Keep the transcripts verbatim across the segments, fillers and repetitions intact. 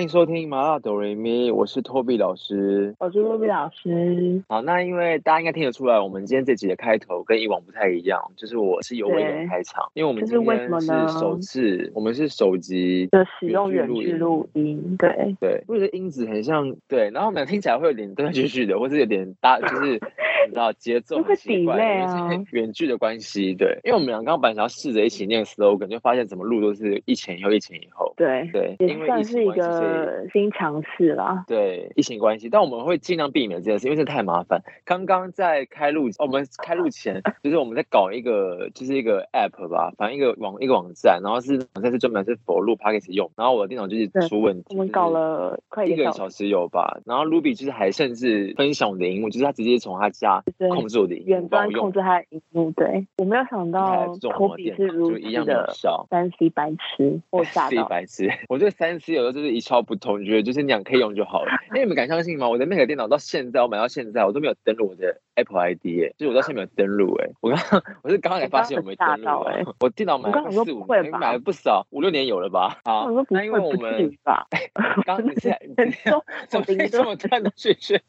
欢迎收听麻辣哆瑞咪，我是 Toby 老师， 我是 Ruby 老师。 好，那因为大家应该听得出来，我们今天这集的开头跟以往不太一样，就是我是由我一个人开场，因为我们今天是首次，我们是首集的使用远距录音，对对，我觉得音质很像，对，然后我们听起来会有点断断续续的，或是有点大，就是你知道节奏很奇怪，因为是远距的关系，对，因为我们俩刚刚本来想要试着一起念 slogan， 就发现怎么录都是一前一后，一前一后， 对对， 也算是一个新尝试啦， 对，疫情关系，但我们会尽量避免这件事，因为这太麻烦。刚刚在开录，我们开录前，就是我们在搞一个，就是一个 app 吧，反正一个网一个网站，然后是网站是专门是 for 录 podcast 用，然后我的电脑就是出问题， 我们搞了快一个小时有吧，然后 Ruby 就是还甚至分享我的荧幕，就是他直接从他家控制我的荧幕， 远端控制他的荧幕。对，我没有想到 Toby 是如此的三 C 白痴，我吓到。 白痴，我对三 C 有时候就是一窍不通，觉得就是那样可以用就好了。因为你们敢相信吗？我的那个电脑到现在，我买到现在，我都没有登录我的 Apple I D 哎、欸，就是我到现在没有登录哎、欸。我刚我是刚刚才发现我没登录哎、欸，我电脑买了四五年，买了不少，五六年有了吧？好，那因为我们刚刚你是怎么可以这么断断续续？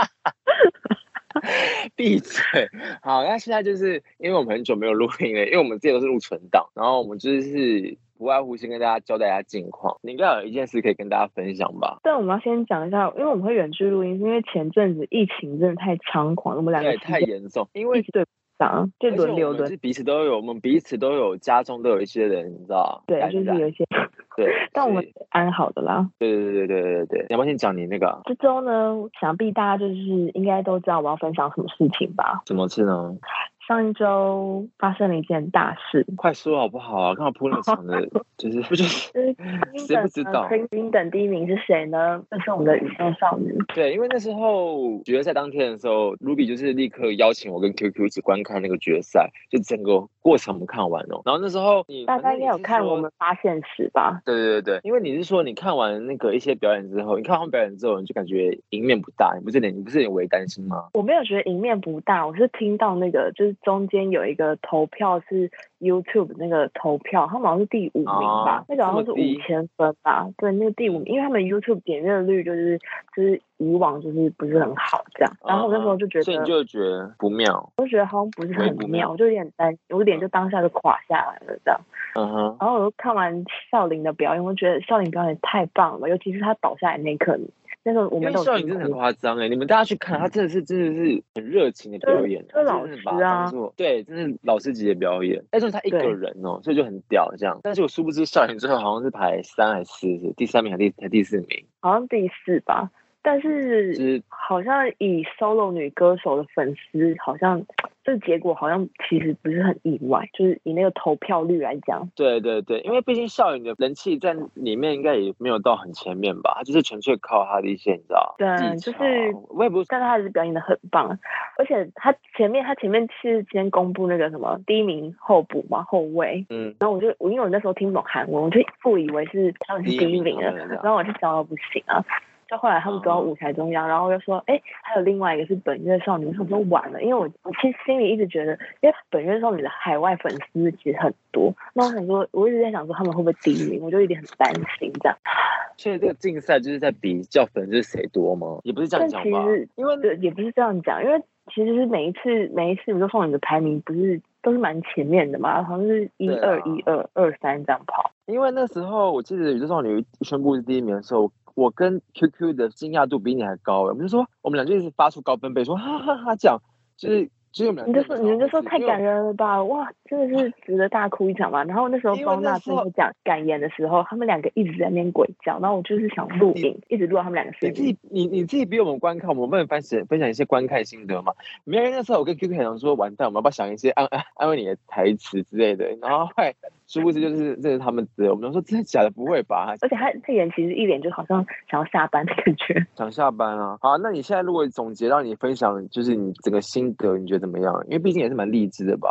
闭嘴！好，那现在就是因为我们很久没有录音了，因为我们这些都是录存档，然后我们就是不外乎先跟大家交代一下近况。你应该有一件事可以跟大家分享吧？ 但我们要先讲一下，因为我们会远距录音，是因为前阵子疫情真的太猖狂，我们两个对太严重，因为对。就轮流轮， 彼此都有，我们彼此都有，家中都有一些人，你知道？ 对，就是有一些， 对， 但我们安好的啦。 对对对对对对，你要不要先讲你那个？ 这周呢，想必大家就是应该都知道我要分享什么事情吧？ 什么事呢？ 上一周发生了一件大事， 快说好不好啊？刚好铺那么长的，就是不就是谁不知道？ 冰等第一名是谁呢？就是我们的宇宙少女。 对，因为那时候决赛当天的时候 ，Ruby 就是立刻邀请我跟 Q Q 一起观看那个决赛，就整个过程我们看完了。然后那时候你大家应该有看我们发现时吧？ 对对对对，因为你是说你看完那个一些表演之后，你看完表演之后，你就感觉赢面不大，你不是点你不是有点微担心吗？ 我没有觉得赢面不大，我是听到那个就是中间有一个投票是 YouTube 那个投票，他们好像是第五名吧，哦、那个好像是五千分吧，对，那个第五名，因为他们 YouTube 点阅率就是就是以往就是不是很好这样，然后我那时候就觉得， 所以你就觉得不妙， 我就觉得好像不是很妙，我就有点担，我有点就当下就垮下来了这样。 嗯哼， 然后我就看完孝琳的表演，我觉得孝琳表演太棒了，尤其是他倒下来那一刻。那时候我们都孝琳真的很夸张哎，你们大家去看，他真的是真的是很热情的表演， 就是老师啊， 对，真是老师级的表演。但是他一个人哦，所以就很屌这样。但是我殊不知孝琳最后好像是排三还是四，第三名还是第第四名？ 好像第四吧。但是好像以 solo 女歌手的粉丝，好像这个结果好像其实不是很意外，就是以那个投票率来讲。 对对对，因为毕竟孝琳的人气在里面应该也没有到很前面吧，他就是纯粹靠他的一些你知道， 对，就是我也不是， 但是他还是表演的很棒，而且他前面他前面是先公布那个什么第一名候补嘛后卫，嗯，然后我就我因为我那时候听不懂韩文，我就误以为是他们是第一名了，然后我就笑到不行啊。就后来他们走到舞台中央，然后又说，哎、欸，还有另外一个是本月少女。我说完了，因为我我其实心里一直觉得，因为本月少女的海外粉丝其实很多，那我想说，我一直在想说他们会不会第一名，我就有点很担心这样。 所以这个竞赛就是在比较粉丝谁多吗？也不是这样讲吧？ 因为对，也不是这样讲，因为其实是每一次每一次宇宙少女的排名不是都是蛮前面的嘛，好像是一二一二二三这样跑。 因为那时候我记得宇宙少女宣布是第一名的时候。我跟 Q Q 的惊讶度比你还高，我们就说我们俩就一直发出高分贝，说哈哈哈，这样就是就是我们俩，你就说你们就说太感人了吧，哇，真的是值得大哭一场嘛。然后那时候方娜最后讲感言的时候，他们两个一直在那边鬼叫，然后我就是想录影，一直录到他们两个声音。 你自己你你自己比我们观看，我们不能分享分享一些观看心得嘛？没有那时候我跟 Q Q 想说，完蛋，我们要不要想一些安安安慰你的台词之类的？然后后来殊不知就是这是他们的，我们说真的假的？不会吧？ 而且他他演其实一脸就好像想要下班的感觉， 想下班啊。好，那你现在如果总结让你分享，就是你整个心得，你觉得怎么样？因为毕竟也是蛮励志的吧。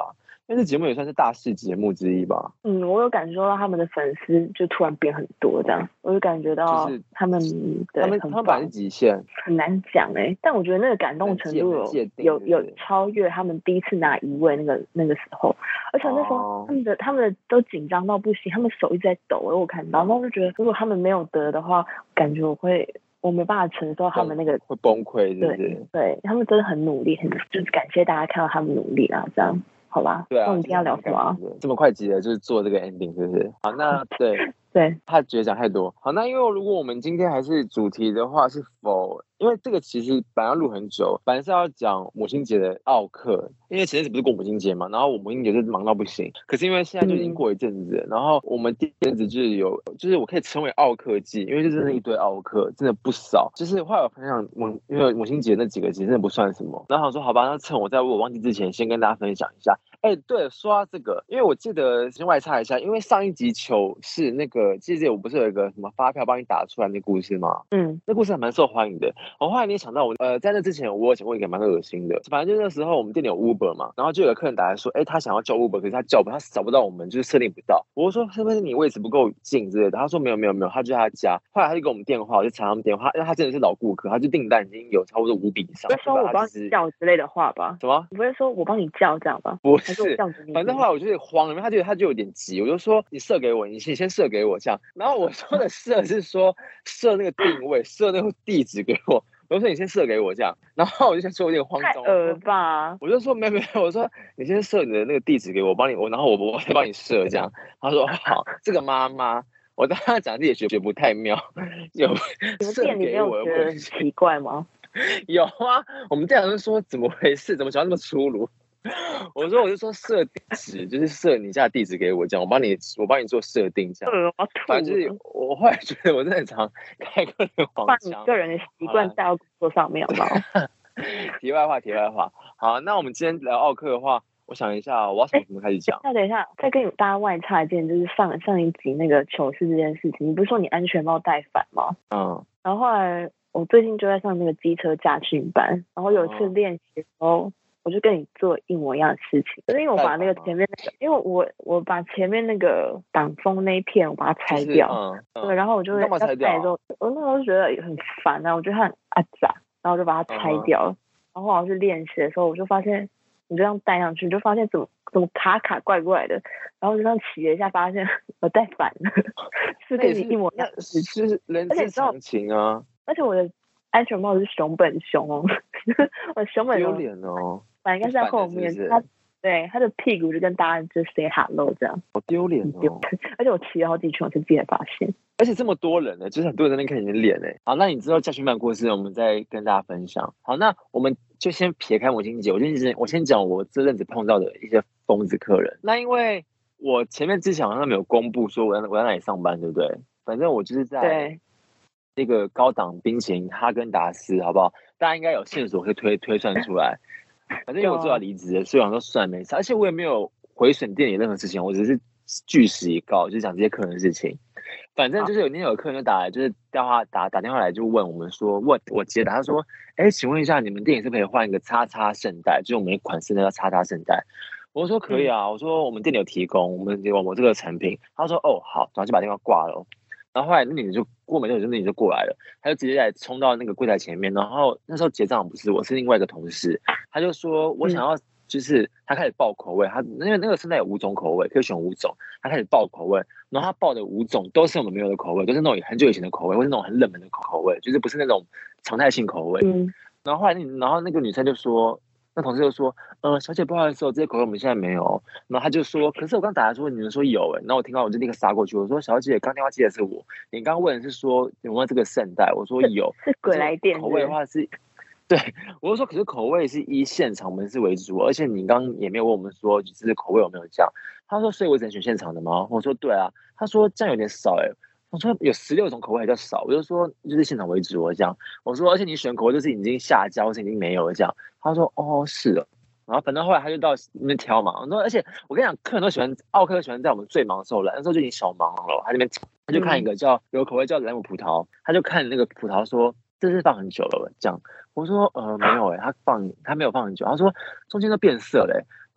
因为这节目也算是大事节目之一吧。 嗯，我有感受到他们的粉丝就突然变很多，这样我就感觉到他们、就是、对他们他们本来是极限， 很难讲哎、欸。但我觉得那个感动程度有有有超越他们第一次拿一位那个那个时候，而且那时候他们的、哦、他们的都紧张到不行，他们手一直在抖，我看到，然后我就觉得如果他们没有得的话，感觉我会。我没办法承受他们那个会崩溃，是不是？ 对，对他们真的很努力，很就是感谢大家看到他们努力啊，这样好吧？ 对啊， 那我们今天要聊什么？ 这么快急的，就是做这个 ending， 是不是？好，那对对， 他觉得讲太多。好，那因为如果我们今天还是主题的话，是否因为这个其实本来要录很久，本来是要讲母亲节的奥客，因为前阵子不是过母亲节嘛，然后我母亲节就忙到不行。可是因为现在就已经过一阵子了，嗯、然后我们第一阵子就是有，就是我可以称为奥客季，因为就真的一堆奥客，真的不少。就是后来我分享母，因为母亲节那几个其实真的不算什么。然后我说好吧，那趁我在我忘记之前，先跟大家分享一下。哎，对，说到这个，因为我记得先外插一下，因为上一集糗是那个，记得我不是有一个什么发票帮你打出来那故事吗？嗯，那故事还蛮受欢迎的。我后来没想到我，呃，在那之前我有讲过一个蛮恶心的，反正就是那时候我们店里有 Uber 嘛，然后就有客人打来说，哎，他想要叫 Uber， 可是他叫不，他找不到我们，就是设定不到。我说是不是你位置不够近之类的？他说没有没有没有，他就在他家。后来他就给我们电话，我就查他们电话，因为他真的是老顾客，他就订单已经有差不多五笔以上。 不会说我帮你叫之类的话吧？ 什么？ 你不会说我帮你叫这样吧？ 不是。是，反正后来我就有点慌了，因为他觉得他就有点急，我就说你射给我，你先先射给我这样。然后我说的射是说射那个定位，射那个地址给我。我就说你先射给我这样，然后我就先说有点慌张， 太恶吧？ 我就说没有没有，我说你先射你的那个地址给我，我帮你我，然后我我再帮你射这样。他说好，这个妈妈，我当时讲自己也觉得不太妙，有射给我， 觉得很奇怪吗？ 有啊，我们店长就说怎么回事，怎么讲那么粗鲁？我说我就说设地址，就是设你家的地址给我，这样我帮你我帮你做设定这样。反正就是我后来觉得我真的很常开个人黄腔， 把你个人的习惯带到工作上面，好不好？ 题外话，题外话。好，那我们今天聊奥克的话，我想一下，我要从什么开始讲？ 那等一下，再跟大家外插一件，就是上上一集那个糗事这件事情，你不是说你安全帽戴反吗？嗯。然后后来我最近就在上那个机车驾训班，然后有一次练习的时候。我就跟你做一模一样的事情，就是因为我把那个前面那个，因为我我把前面那个挡风那一片我把它拆掉，就是嗯嗯、对，然后我就干嘛拆掉？ 的时候，我那时候就觉得很烦啊，我觉得它很阿杂，然后我就把它拆掉了。嗯、然后后来去练习的时候，我就发现，你就这样戴上去，就发现怎么怎么卡卡怪怪的，然后就这样骑了一下，发现我戴反了，是跟你一模一样的事情， 是人之常情啊。 而且我的安全帽是熊本熊哦，我熊本丢脸哦。 反正应该在后面，是是他对他的屁股就跟大家就 say hello 这样， 好丢脸哦！ 而且我骑了好几圈，我才自己才发现， 而且这么多人呢，就是很多人在那看你的脸哎。好，那你知道驾训班故事，我们再跟大家分享。好，那我们就先撇开母亲节，我先我先讲我这阵子碰到的一些疯子客人。那因为我前面之前好像没有公布说我在我在哪里上班，对不对？反正我就是在那个高档冰淇淋哈根达斯，好不好？大家应该有线索可以推推算出来。反正因为我最要离职了，所以我说算没事，而且我也没有毁损店里任何事情，我只是据实以告，就是讲这些客人的事情。反正就是有那天有客人就打来，就是电话打打电话来就问我们说，问我接的，他说，哎，请问一下，你们店里是不是可以换一个叉叉圣代，就是我们一款式那个叉叉圣代？我说可以啊，嗯、我说我们店里有提供，我们我们这个产品。他说哦好，然后就把电话挂了。然后后来那女的就过门，那女的就过来了，她就直接来冲到那个柜台前面，然后那时候结账不是我，是另外一个同事，他就说我想要，就是他开始报口味，他因为那个圣代有五种口味，可以选五种，他开始报口味，然后他报的五种都是我们没有的口味，都是那种很久以前的口味，或是那种很冷门的口味，就是不是那种常态性口味。嗯、然后后来那然后那个女生就说。那同事就说：“呃，小姐，不好意思，这些口味我们现在没有。”然后他就说：“可是我刚打来说你们说有哎。”然后我听到我就立刻杀过去，我说：“小姐，刚电话接的是我，你刚刚问的是说有没有这个圣代？”我说有。 是鬼来电。 口味的话是，对，我就说可是口味是依现场门市为主，而且你刚刚也没有问我们说就是口味有没有这样。他说：“所以我只能选现场的吗？”我说：“对啊。”他说：“这样有点少哎。”我说有十六种口味还叫少，我就说就是现场为主我这样。我说而且你选口味就是已经下架或是已经没有了这样。他说：“哦，是的。”然后反正后来他就到那边挑嘛，我说而且我跟你讲，客人都喜欢奥客喜欢在我们最忙的时候来，那时候就已经小忙了，他那边他就看一个叫、嗯、有口味叫莱姆葡萄，他就看那个葡萄说这是放很久了这样，我说呃没有哎、欸，他放他没有放很久，他说中间都变色嘞、欸，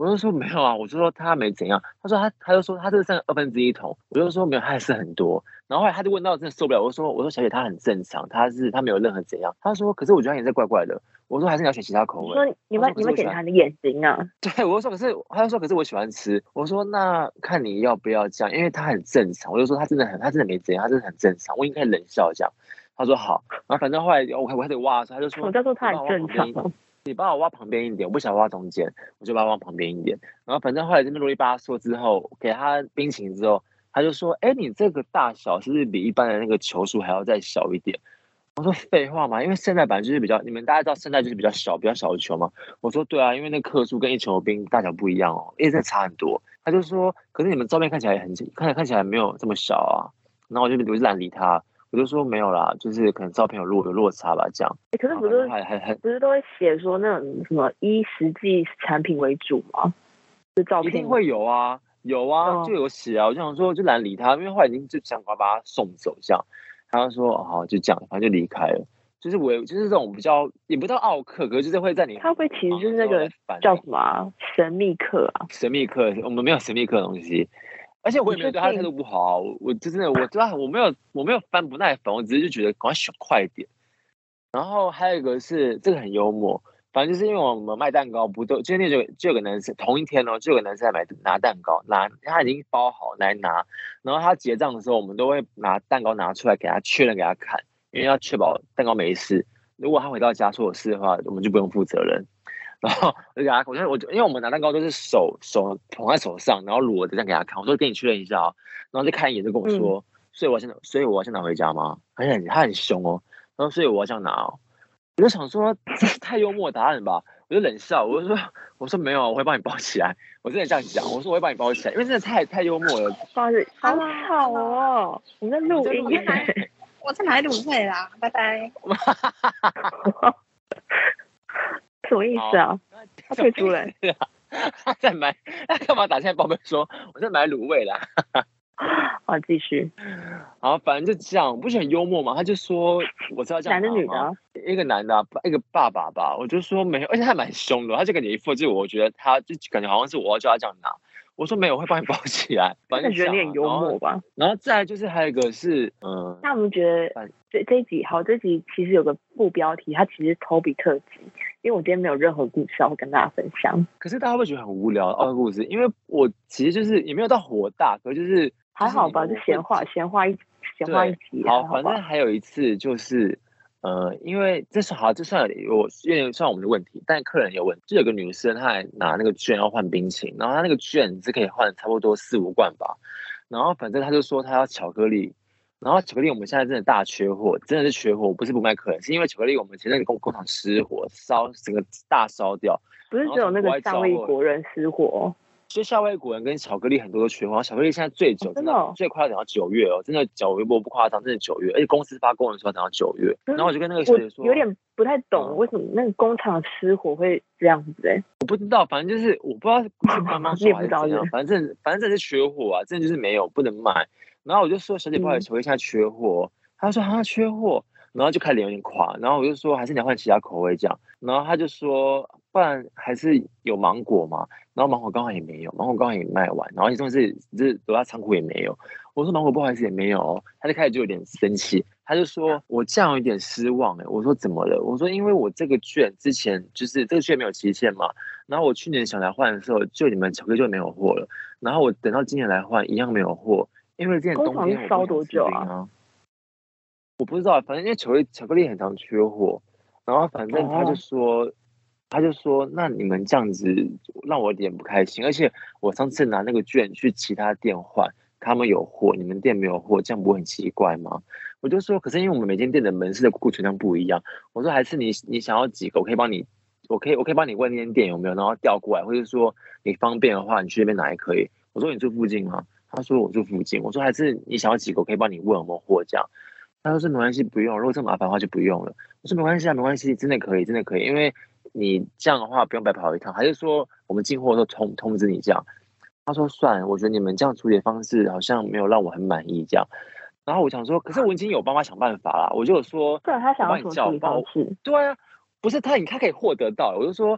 我就说没有啊，我就说他没怎样，他说他他就说他这个剩二分之一桶，我就说没有，他还是很多。然后后来他就问到真的受不了，我说我说小姐他很正常，他是他没有任何怎样。他说可是我觉得他颜色怪怪的，我说还是你要选其他口味。 说你们你们检查你的眼睛啊？ 对，我就说可是他就说可是我喜欢吃，我说那看你要不要这样，因为他很正常，我就说他真的很他真的没怎样，他真的很正常，我应该冷笑这样。他说好，然后反正后来我我开始挖的时候，他就说我叫做他很正常。 你帮我挖旁边一点，我不想挖中间，我就把它挖旁边一点。然后反正后来这边啰里吧嗦之后，给他冰淇淋之后，他就说：“哎、欸，你这个大小是不是比一般的那个球数还要再小一点？”我说：“废话嘛，因为圣代本来就是比较，你们大家知道圣代就是比较小、比较小的球嘛。”我说：“对啊，因为那克数跟一球冰大小不一样哦，因为真的差很多。”他就说：“可是你们照片看起来很看起来看起来没有这么小啊。”然后我就我就懒理他。我就说没有啦，就是可能照片有落有落差吧，这样。 欸、可是不是还还不是都会写说那种什么以实际产品为主吗？是照片一定会有啊，有啊，哦、就有写啊。我就想说就懒理他，因为后来已经就想把把他送走这样。他就说哦好就这样，反正就离开了。就是我就是这种比较也不叫奥客，可是就是会在你他会其实就是那个叫什么、啊、神秘客啊？ 神秘客，我们没有神秘客的东西。而且我也没有对他态度不好、啊，我我真的我对他我没有我没有翻不耐烦，我只是就觉得赶快选快一点。然后还有一个是这个很幽默，反正就是因为我们卖蛋糕不都，今天就就有个男生同一天哦，就有个男生来买拿蛋糕，拿他已经包好来拿，然后他结账的时候，我们都会拿蛋糕拿出来给他确认给他看，因为要确保蛋糕没事。如果他回到家说有事的话，我们就不用负责任。然后我就给他，我就我就因为我们拿蛋糕都是手手捧在手上，然后裸着这样给他看。我说给你确认一下啊，然后就看一眼就跟我说，嗯、所以我要先所以我要先拿回家吗？他很他很凶哦，然后所以我要这样拿哦。我就想说这是太幽默的答案吧，我就冷笑，我就说我说没有，我会帮你包起来。我真的这样讲，我说我会帮你包起来，因为真的太太幽默了。 不好意思，好吵哦，我在录音耶， 我在买卤味啦，拜拜。 什么意思啊？他退出了。 他在买，他干嘛打进来报备说我在买卤味啦？ 好，继续。 好，反正就这样，不是很幽默嘛？他就说我知道这样。 男的女的、啊？ 一个男的、啊，一个爸爸吧。我就说没有，而且他蛮凶的，他就感觉一副就是我觉得他就感觉好像是我要叫他这样拿。我说没有，我会帮你包起来。反正觉得你很幽默吧。 然后再来就是还有一个是，嗯， 那我们觉得这这一集好，这一集其实有个副标题，它其实 Toby 特辑，因为我今天没有任何故事要跟大家分享。 可是大家会觉得很无聊哦，故事，因为我其实就是也没有到火大，可就是还好吧，就闲话闲话一闲话一集。 好，反正还有一次就是。呃，因为这是好，这算有有点算我们的问题，但客人有问题，就有个女生她还拿那个券要换冰淇淋，然后她那个券是可以换差不多四五罐吧，然后反正她就说她要巧克力，然后巧克力我们现在真的大缺货，真的是缺货，不是不卖客人，是因为巧克力我们前阵子工工厂失火，烧整个大烧掉， 不是只有那个夏威夷国人失火。 所以夏威夷果仁跟巧克力很多都缺货，巧克力现在最久，真的、哦、最快要等到九月哦，真的九月不夸张，真的九月，而且公司发公文说要等到九月。然后我就跟那个小姐说， 有点不太懂、嗯、为什么那个工厂失火会这样子哎、欸， 我不知道，反正就是我不知道是官方说还是怎样，反正反正真的是缺货啊，真的就是没有不能卖。然后我就说小姐不好意思，巧克力现在缺货，她说好像缺货。然后就开始脸有点垮，然后我就说还是你要换其他口味这样，然后他就说不然还是有芒果嘛，然后芒果刚好也没有，芒果刚好也卖完，然后重点是就是楼下仓库也没有，我说芒果不好意思也没有、哦，他就开始就有点生气，他就说我这样有点失望哎，我说怎么了？我说因为我这个券之前就是这个券没有期限嘛，然后我去年想来换的时候，就你们巧克力就没有货了，然后我等到今年来换一样没有货，因为今年冬天我烧多久啊？ 我不知道，反正因为巧克力巧克力很常缺货，然后反正他就说，哦、他就说，那你们这样子让我有点不开心，而且我上次拿那个券去其他店换，他们有货，你们店没有货，这样不会很奇怪吗？我就说，可是因为我们每间店的门市的库存量不一样，我说还是你你想要几个，我可以帮你，我可以我可以帮你问那间店有没有，然后调过来，或者说你方便的话，你去那边拿也可以。我说你住附近吗？他说我住附近。我说还是你想要几个，我可以帮你问有没有货这样。他说没关系，不用。如果这么麻烦的话就不用了。我说没关系啊，没关系，真的可以，真的可以，因为你这样的话不用白跑一趟。还是说我们进货的时候通通知你这样？他说算了，我觉得你们这样处理的方式好像没有让我很满意这样。然后我想说，可是我已经有帮他想办法啦，我就有说， 对，他想要什么处理方式？ 对啊，不是他，他可以获得到。我就说，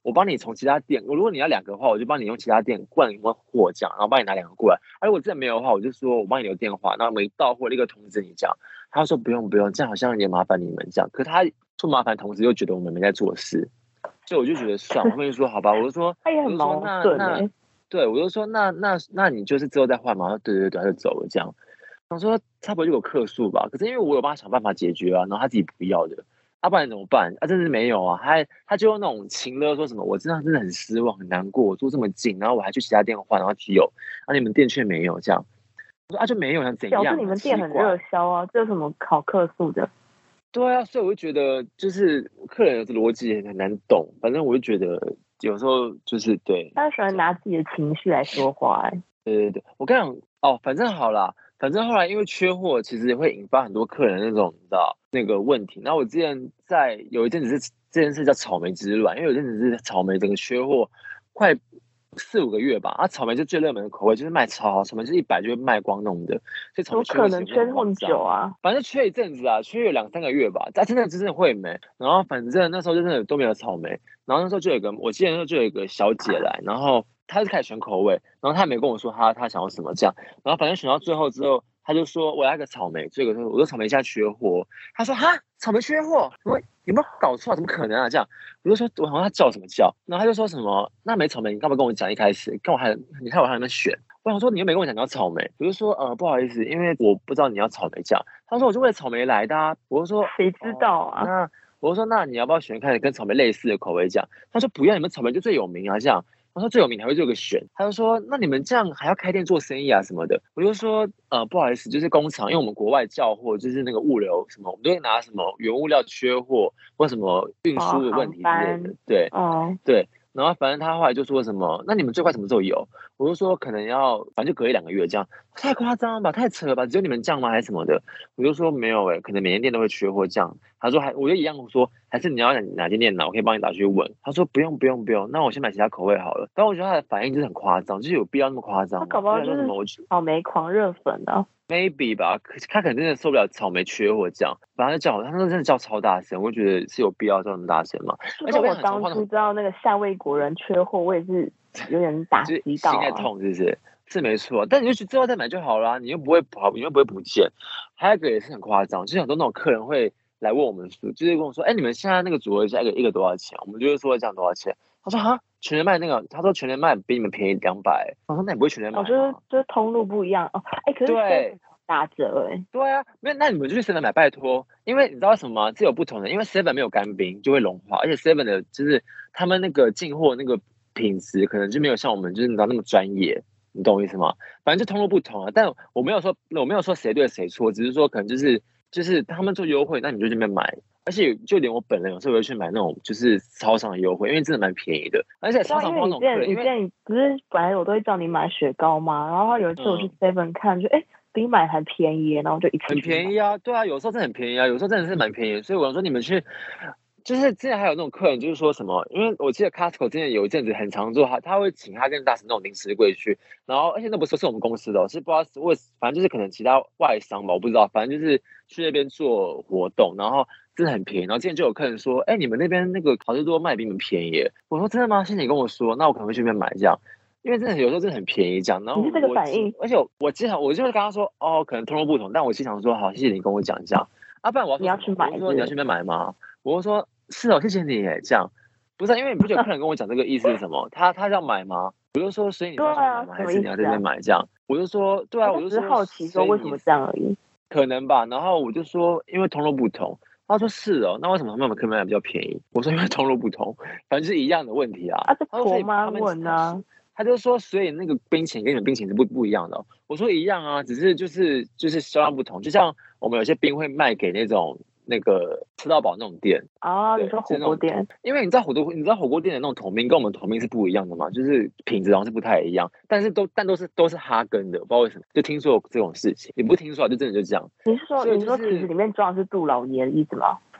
我帮你从其他店，如果你要两个的话，我就帮你用其他店灌你们货这样，然后帮你拿两个过来。而、啊、如果真的没有的话，我就说我帮你留电话，然后没到货立刻通知你这样。他说不用不用，这样好像有点麻烦你们这样。可是他说麻烦，同时又觉得我们没在做事，所以我就觉得算了，我就说好吧，我就说， 他也很矛盾哎、欸。 对，我就说那那那你就是之后再换吗？对对对，他就走了这样。我说差不多就有客诉吧，可是因为我有帮他想办法解决啊，然后他自己不要的，要、啊、不然怎么办？啊，真是没有啊，他他就用那种情勒说什么，我真的真的很失望很难过，我住这么近，然后我还去其他店换，然后只有，啊你们店却没有这样。我说啊就没有，想怎样、啊？ 表示你们店很热销啊，这有什么好客诉的？ 对啊，所以我就觉得就是客人的逻辑很难懂，反正我就觉得有时候就是对， 他喜欢拿自己的情绪来说话、欸。 对对对，我跟你讲哦，反正好啦。反正后来因为缺货，其实也会引发很多客人那种你知道那个问题。那我之前在有一阵子是这件事叫草莓之乱，因为有一阵子是草莓整个缺货，快四五个月吧。啊，草莓是最热门的口味，就是卖超好，草莓是一百就会卖光弄的。所以草莓缺可能缺那么久啊？ 反正缺一阵子啊，缺有两三个月吧。但真的真的会没。然后反正那时候就真的都没有草莓。然后那时候就有一个，我记得那时候就有一个小姐来，然后。他是开始选口味，然后他没跟我说他他想要什么这样，然后反正选到最后之后，他就说我要一个草莓，这个我说草莓现在缺货，他说哈草莓缺货，我有没有搞错？怎么可能啊？这样我就说我好像他叫什么叫，然后他就说什么那没草莓，你干嘛跟我讲一开始？跟我还你看我还在那边选，我想说你又没跟我讲你要草莓，我就说呃不好意思，因为我不知道你要草莓酱，他说我就为了草莓来的、啊，我就说谁知道啊？ 哦、那我就说那你要不要选看跟草莓类似的口味酱？他说不要，你们草莓就最有名啊这样。我说最有名还会做个选，他就说那你们这样还要开店做生意啊什么的，我就说呃不好意思，就是工厂，因为我们国外叫货就是那个物流什么，我们都会拿什么原物料缺货或什么运输的问题之类的，对， 哦， 对。然后反正他后来就说什么，那你们最快什么时候有？我就说可能要，反正就隔一两个月这样，太夸张了吧，太扯了吧，只有你们这样吗？还是什么的？我就说没有哎、欸，可能每间店都会缺货这样。他说还，我就一样说，还是你要哪哪间店呢？我可以帮你打去问。他说不用不用不用，那我先买其他口味好了。但我觉得他的反应就是很夸张，就是有必要那么夸张吗？ 他搞不好就是草莓狂热粉的、啊。 maybe 吧，他可能真的受不了草莓缺货这样，反正叫他那真的叫超大声，我觉得是有必要叫那么大声吗？而且我当初知道那个夏威国人缺货，我也是有点打击到、啊， 心在痛，是不是？是没错，但你就之后再买就好啦，你又不会跑，你又不会不见。还有一个也是很夸张，就是很多那种客人会来问我们说，就是跟我说，哎、欸，你们现在那个组合价一个一个多少钱？我们就会说这样多少钱？他说哈，全人卖那个，他说全人卖比你们便宜两百。我说那你不会全人卖吗？ 哦，就是就是通路不一样哦。哎、欸，可是对。打折哎、欸， 对啊，那那你们就去 seven 买，拜托，因为你知道什么吗？这有不同的，因为 seven 没有干冰就会融化，而且 seven 的就是他们那个进货那个品质可能就没有像我们就是你知道那么专业，你懂我意思吗？反正就通路不同啊，但我没有说我没有说谁对谁错，只是说可能就是就是他们做优惠，那你就去那边买，而且就连我本人有时候会去买那种就是超商的优惠，因为真的蛮便宜的，而且超商那种客人， 因为你不是本来我都会叫你买雪糕吗？然后有一次我去 seven 看，就哎。欸比买还便宜，然后就一起很便宜啊，对啊，有时候真的很便宜啊，有时候真的是蛮便宜，所以我想说你们去，就是之前还有那种客人就是说什么，因为我记得 Costco 之前有一阵子很常做，他他会请他跟大使那种零食柜去，然后而且那不是是我们公司的、哦，是不知道是为反正就是可能其他外商吧，我不知道，反正就是去那边做活动，然后真的很便宜，然后之前就有客人说，哎、欸，你们那边那个好事多卖比你们便宜，我说真的吗？谢谢你跟我说，那我可能会去那边买这样。因为真的有时候真的很便宜，这样，然后你是这个反应， 而且我我经常我就是跟他说，哦，可能通路不同，但我经常说，好，谢谢你跟我讲这样，啊，不然我要你要去买， 我说你要去那边买吗？我就说，是哦，谢谢你，这样，不是、啊，因为你不觉得客人跟我讲这个意思是什么？他他要买吗？我就说，所以你要去买吗？还是你要在这边买这样？我就说，对啊，我就说好奇说为什么这样而已， 可能吧。然后我就说，因为通路不同。他说是哦，那为什么他们可以卖比较便宜？我说因为通路不同，反正就是一样的问题啊。 啊，这婆妈问啊。 他就说，所以那个冰淇淋跟你们冰淇淋是不不一样的、哦。我说一样啊，只是就是就是销量不同。就像我们有些冰会卖给那种那个吃到饱那种店哦，你说火锅店， 因为你知道火锅你知道火锅店的那种桶冰跟我们桶冰是不一样的嘛，就是品质好像是不太一样，但是都但都是都是哈根的，我不知道为什么，就听说有这种事情，你不听说就真的就这样。 你是说、 就是、 你说其实里面装的是杜老爷的意思吗？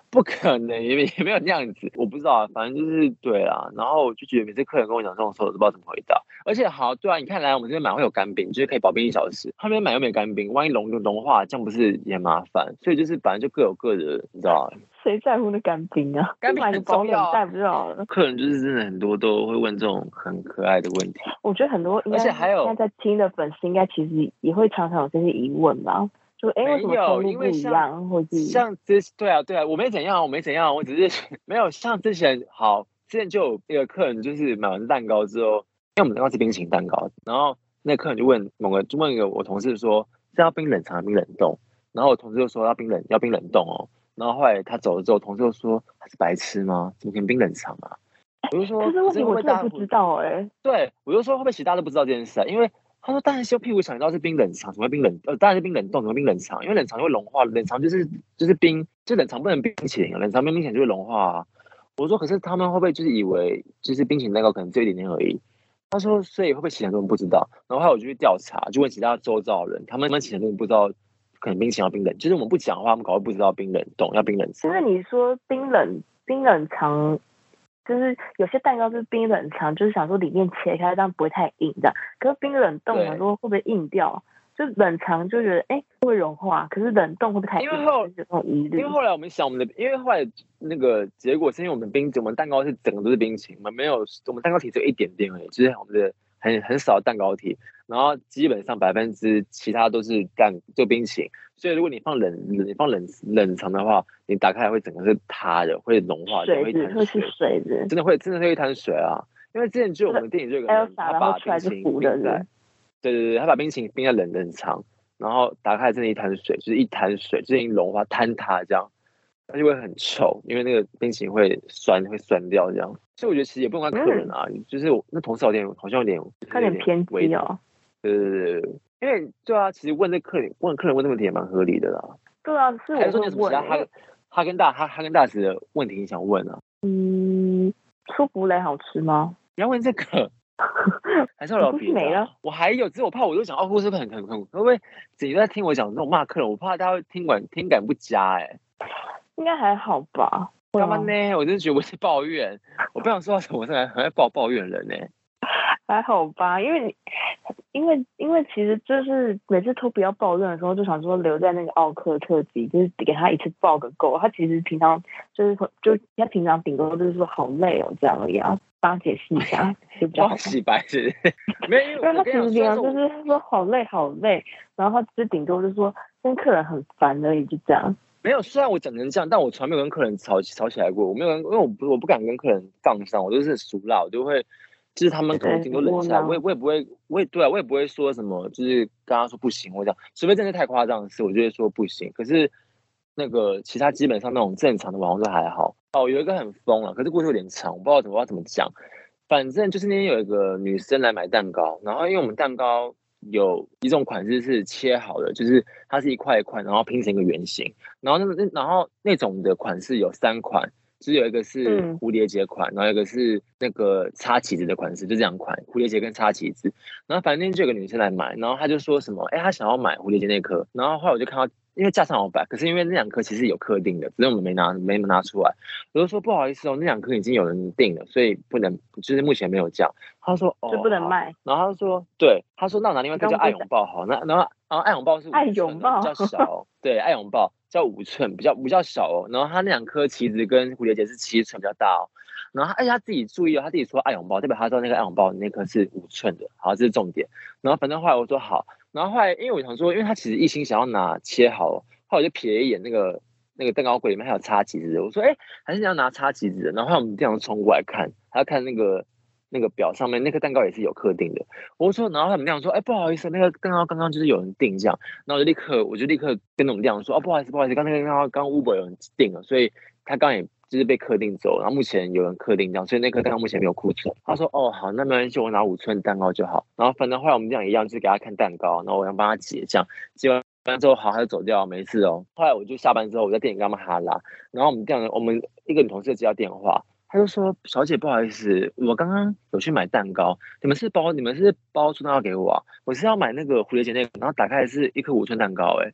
不可能，也没也没有那样子，我不知道啊，反正就是对啦。然后我就觉得每次客人跟我讲这种时候，我都不知道怎么回答。而且好，对啊，你看来我们这边买会有干冰，就是可以保冰一小时。他们买又没干冰，万一融融化，这样不是也麻烦？所以就是反正就各有各的，你知道吗？ 谁在乎那干冰啊？ 干冰买个保冷袋不就好了？ 客人就是真的很多都会问这种很可爱的问题。 我觉得很多， 而且还有现在在听的粉丝应该其实也会常常有这些疑问吧。就哎，为什么收入不一样，或是像之对啊对啊，我没怎样，我没怎样，我只是没有像之前好，之前就有一个客人就是买完蛋糕之后，因为我们蛋糕是冰淇淋蛋糕，然后那个客人就问某个就问一个我同事说是要冰冷藏冰冷冻，然后我同事就说要冰冷要冰冷冻哦，然后后来他走了之后，同事就说他是白痴吗？怎么可能冰冷藏啊？我就说可是问题我真的不知道哎、欸， 对我就说会不会其实大家都不知道这件事啊？因为他说：“当然修屁股想到是冰冷藏，怎么会冰冷？呃，当然是冰冷冻，怎么会冰冷藏？因为冷藏会融化，冷藏就是就是冰，就冷藏不能冰淇淋，冷藏冰冰淇淋就会融化啊。”我说：“可是他们会不会就是以为就是冰淇淋蛋糕可能只有一点点而已？”他说：“所以会不会其他人不知道？”然后后来我就去调查，就问其他周遭的人，他们他们其他人不知道，可能冰淇淋要冰冷，就是我们不讲的话，他们搞不不知道冰冷冻要冰冷藏。 就是你说冰冷冰冷藏。就是有些蛋糕是冰冷藏，就是想说里面切开，这样不会太硬这样。可是冰冷冻想说会不会硬掉？就冷藏就觉得哎会融化，可是冷冻会不会太硬？ 因为后这种疑虑。 因为后来我们想我们的，因为后来那个结果是因为我们冰，我们蛋糕是整个都是冰淇淋，我们没有我们蛋糕体只有一点点而已，就是我们的很很少的蛋糕体，然后基本上百分之其他都是蛋就冰淇淋。所以如果你放冷你放冷冷藏的话，你打开来会整个是塌的，会融化的， 会会是水的， 真的会真的会一滩水啊！因为之前就我们店里就有个人，他把冰淇淋冰在，对对对，他把冰淇淋冰在冷冷藏，然后打开真的一滩水，就是一滩水，就是已经融化坍塌这样，它就会很臭，因为那个冰淇淋会酸会酸掉这样。所以我觉得其实也不用怪客人啊，嗯、就是我那同事有点好像有点有点偏激哦。 对对对对。因为对啊，其实问这客人问客人问这问题也蛮合理的啦。 对啊，是我会问。还是说你有什么其他哈哈根达哈哈根达斯的问题你想问啊？ 嗯，舒芙蕾好吃吗？ 你要问这个，还是要聊别的？ 没了。 我还有，只是我怕我就讲哦，是不是很很很会不会自己在听我讲这种骂客人？我怕大家会听完听感不佳哎、欸。 应该还好吧？ 干嘛呢？我真的觉得我是抱怨，我不想说到什么，我是很爱抱抱怨人呢、欸。 还好吧，因为你，因为因为其实就是每次托比要抱怨的时候，就想说留在那个奥克特辑，就是给他一次抱个够。他其实平常就是就他平常顶多就是说好累哦这样而已啊，帮他解释一下就比较好。 洗白是？没有，因为他其实平常就是说好累好累，然后他只是顶多就是说跟客人很烦而已，就这样。 没有，虽然我讲成这样，但我从来没有跟客人吵吵起来过。我没有跟，因为我不我不敢跟客人杠上，我都是熟辣，我就会。就是他们可能顶多冷下来，我也我也不会，我也对啊，我也不会说什么，就是跟他说不行，我讲，除非真的太夸张的事，我就会说不行。可是那个其他基本上那种正常的网红都还好。哦，有一个很疯了，可是故事有点长，我不知道怎么要怎么讲。反正就是那天有一个女生来买蛋糕，然后因为我们蛋糕有一种款式是切好的，就是它是一块一块，然后拼成一个圆形，然后那那然后那种的款式有三款。只有一个是蝴蝶结款，嗯、然后一个是那个插旗子的款式，就这两款蝴蝶结跟插旗子。然后反正就有个女生来买，然后她就说什么，哎，她想要买蝴蝶结那颗。然后后来我就看到，因为架上有摆，可是因为那两颗其实有刻定的，只是我们没拿没拿出来。我就说不好意思哦，那两颗已经有人订了，所以不能，就是目前没有叫。她说哦， 就不能卖。 然后她说对，她说那我拿另外一个叫爱拥抱好，那然后然后爱拥抱是爱拥抱比较小，对，爱拥抱。叫五寸，比较比较小哦。然后他那两颗旗子跟蝴蝶结是七寸，比较大哦。然后而且他自己注意哦，他自己说爱拥抱，代表他知道那个爱拥抱那颗是五寸的，好，这是重点。然后反正后来我说好，然后后来因为我想说，因为他其实一心想要拿切好，后来我就瞥一眼那个那个蛋糕柜里面还有插旗子的，我说哎，还是你要拿插旗子的。然后后来我们店长冲过来看，他看那个。那个表上面那颗蛋糕也是有刻定的，我说，然后他们店长说，哎，不好意思，那个蛋糕刚刚就是有人订这样，然后我就立刻我就立刻跟我们店长说，哦，不好意思，不好意思，刚才那个蛋糕刚 Uber 有人订了，所以他刚也就是被刻定走，然后目前有人刻定这样，所以那颗蛋糕目前没有库存。他说，哦，好，那没关系，我拿五寸蛋糕就好。然后反正后来我们店长一样，就是给他看蛋糕，然后我想帮他解这样，结完完之后好，他就走掉，没事哦。后来我就下班之后，我在店里跟他们哈拉，然后我们店长我们一个女同事接到电话。他就说：“小姐，不好意思，我刚刚有去买蛋糕，你们是包你们是包出蛋糕给我啊？我是要买那个蝴蝶结那个，然后打开是一颗五寸蛋糕，哎，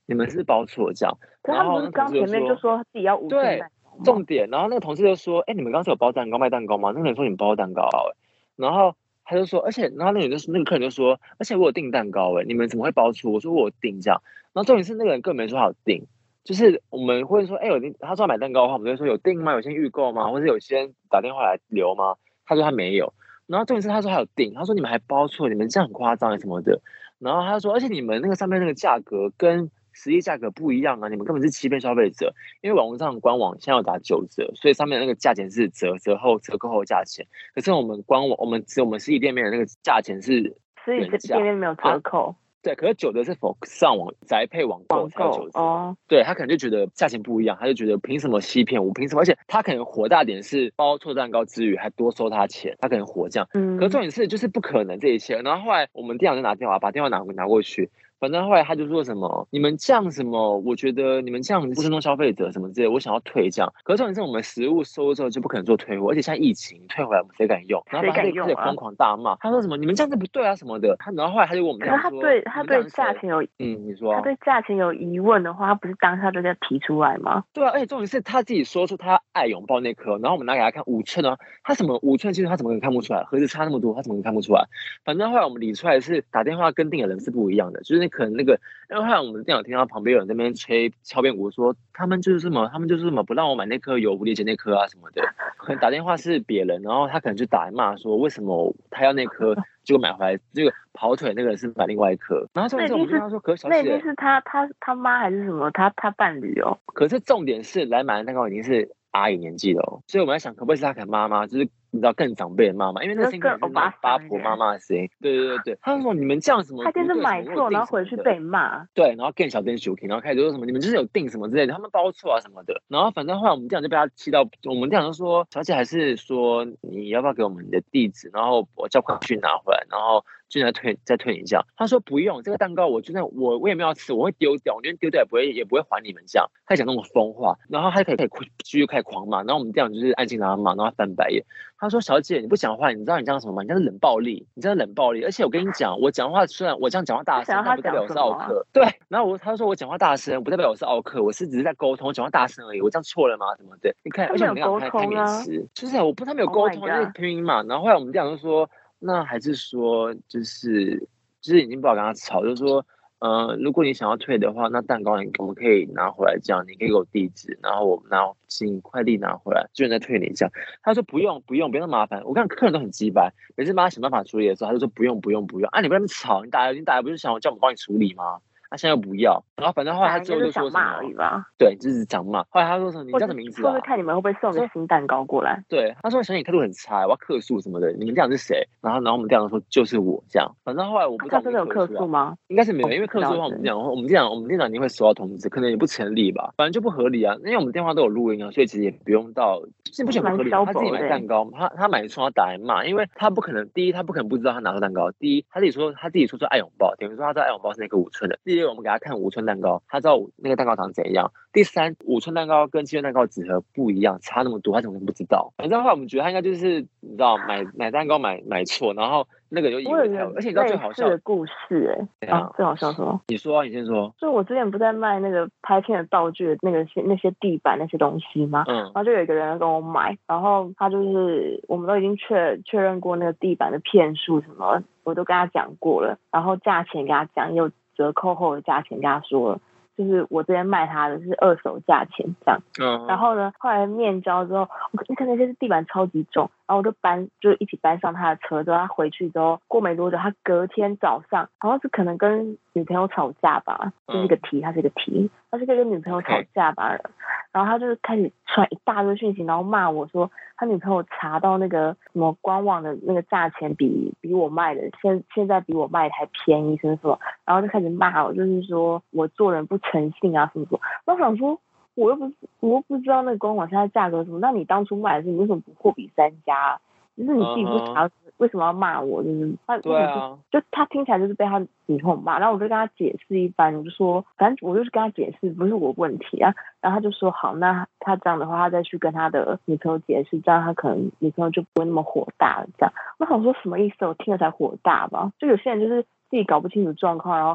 你们是包错这样。 可是他们不是刚前面就说自己要无限蛋糕吗？ 重点，然后那个同事就说：“哎、欸，你们刚才有包蛋糕卖蛋糕吗？”那个人说：“你们包蛋糕、欸。”然后他就说：“而且，然后那个人就那个客人就说：而且我有订蛋糕、欸，哎，你们怎么会包错？”我说：“我有订这样。”然后重点是那个人根本没说他有订，就是我们会说：“哎、欸，有订。”他说要买蛋糕的话，我们就会说：“有订吗？有先预购吗？或者有先打电话来留吗？”他说他没有。然后重点是他说他有订，他说你们还包错，你们这样很夸张什么的。然后他说，而且你们那个上面那个价格跟实际价格不一样啊，你们根本是欺骗消费者。因为网络上官网现在有打九折，所以上面的那个价钱是折折后折扣后价钱。可是我们官网我们只有我们实体店面的那个价钱是原价，实体店面没有折扣。啊对，可是九折是否上网宅配网购才有九折哦？对，他可能就觉得价钱不一样，他就觉得凭什么欺骗我？凭什么？而且他可能火大点是包错蛋糕之余还多收他钱，他可能火这样。嗯，可是重点是就是不可能这一切。然后后来我们店长就拿电话把电话拿拿过去。反正后来他就说什么，你们这样什么，我觉得你们这样不尊重消费者什么之类，我想要退这样。可是重点是我们食物收之后就不可能做退货，而且现在疫情退回来我们谁敢用？然后他就开始疯狂大骂，他说什么你们这样子不对啊什么的。他然后后来他就跟我们这样说， 可是他对他对价钱有嗯，你说、啊、 他对价钱有疑问的话，他不是当下就在提出来吗？ 对啊，而且重点是他自己说出他爱拥抱那颗，然后我们拿给他看五寸啊，他什么五寸其实他怎么可能看不出来？盒子差那么多，他怎么可能看不出来？反正后来我们理出来是打电话跟订的人是不一样的，就是那可能那个。然后后来我们电脑听到旁边有人在那边吹敲边鼓说，他们就是什么，他们就是什么不让我买那颗油，不理解那颗啊什么的。可能打电话是别人，然后他可能就打来骂说，为什么他要那颗，结果买回来这个跑腿那个人是买另外一颗。然后重点是我们跟他说，可是小姐， 那一定是他他他妈还是什么，他他伴侣哦。 可是重点是来买的蛋糕已经是阿姨年纪了哦，所以我们在想，可不可以是他可能妈妈，就是你知道更长辈的妈妈，因为那声音可能是那八婆妈妈的声音。对对对对，他说你们这样什么， 他就是买错，然后回去被骂。 对，然后更小店 shooting， 然后开始说什么你们就是有订什么之类的，他们包错啊什么的。然后反正后来我们店长就被他气到，我们店长就说，小姐还是说你要不要给我们你的地址，然后我叫快去拿回来，然后就再退再退你这样。他说不用，这个蛋糕我就算我我也没有要吃，我会丢掉，我觉得丢掉也不会也不会还你们这样。他讲那种疯话，然后他就可以可以继续开始狂骂，然后我们店长就是安静让他骂，然后他翻白眼。他说：“小姐，你不讲话，你知道你这样什么吗？你这样是冷暴力，你这样冷暴力。而且我跟你讲，我讲话虽然我这样讲话大声，但不代表我是奥客。对，然后我他说我讲话大声，不代表我是奥客，我是只是在沟通，我讲话大声而已。我这样错了吗？什么的？你看，而且我们店长开美食，就是我不他没有沟通，就是拼音嘛。然后后来我们店长就说，那还是说就是就是已经不好跟他吵，就是说。”呃，如果你想要退的话，那蛋糕你我们可以拿回来，这样你可以给我地址，然后我们拿请快递拿回来，就能再退你这样。他说不用不用，不用那么麻烦。我看客人都很鸡掰，每次帮他想办法处理的时候，他就说不用不用不用。啊，你不要那么吵，你打你打来不是想叫我们帮你处理吗？他、啊、现在又不要，然后反正后来他之后就说什么，对，就是讲骂。后来他说什么，你叫什么名字啊？ 或者看你们会不会送个新蛋糕过来？ 对，他说小姐你态度很差，我要客诉什么的。你们这样是谁？然后然后我们这样说就是我这样。反正后来我不知道、啊、 他真的有客诉吗？ 应该是没有，因为客诉的话我们这样，我们这样我们店长一定会收到通知，可能也不成立吧，反正就不合理啊。因为我们电话都有录音啊，所以其实也不用到，就是不想不合理。他自己买蛋糕，他他买错他打来骂，因为他不可能，第一他不可能不知道他拿错蛋糕，第一他自己说他自己说说爱拥抱，等于说他知道爱拥抱是那个五寸的。第二我们给他看五寸蛋糕，他知道那个蛋糕长怎样。第三，五寸蛋糕跟七寸蛋糕纸盒不一样，差那么多，他怎么不知道？反正后来我们觉得他应该就是你知道买买蛋糕买买错，然后那个就以为他，而且你知道最好笑的故事哎、欸，啊，最好笑什么？ 你说、啊，你先说。 就我之前不在卖那个拍片的道具的那个些那些地板那些东西吗？嗯，然后就有一个人跟我买，然后他就是我们都已经确确认过那个地板的片数什么，我都跟他讲过了，然后价钱给他讲，也有折扣后的价钱跟他说了。就是我这边卖他的是二手价钱这样，嗯，然后呢，后来面交之后，你看那些是地板超级重，然后我就搬，就一起搬上他的车之后，他回去之后，过没多久，他隔天早上好像是可能跟女朋友吵架吧，这、嗯、是一个题，他是一个题，他是跟女朋友吵架吧， okay. 然后他就是开始传一大堆讯息，然后骂我说他女朋友查到那个什么官网的那个价钱比比我卖的现现在比我卖的还便宜什么什么，然后就开始骂我，就是说我做人不诚信啊什么什么。我想说我又不我又不知道那个官网现在价格什么，那你当初卖的时候你为什么不货比三家、啊？就是你自己不查， uh-huh. 为什么要骂我？就是他，对啊，就他听起来就是被他女朋友骂，然后我就跟他解释一番，我就说，反正我就是跟他解释，不是我问题啊。然后他就说好，那他这样的话，他再去跟他的女朋友解释，这样他可能女朋友就不会那么火大了。这样，我想说什么意思？我听了才火大吧？就有些人就是自己搞不清楚状况，然后还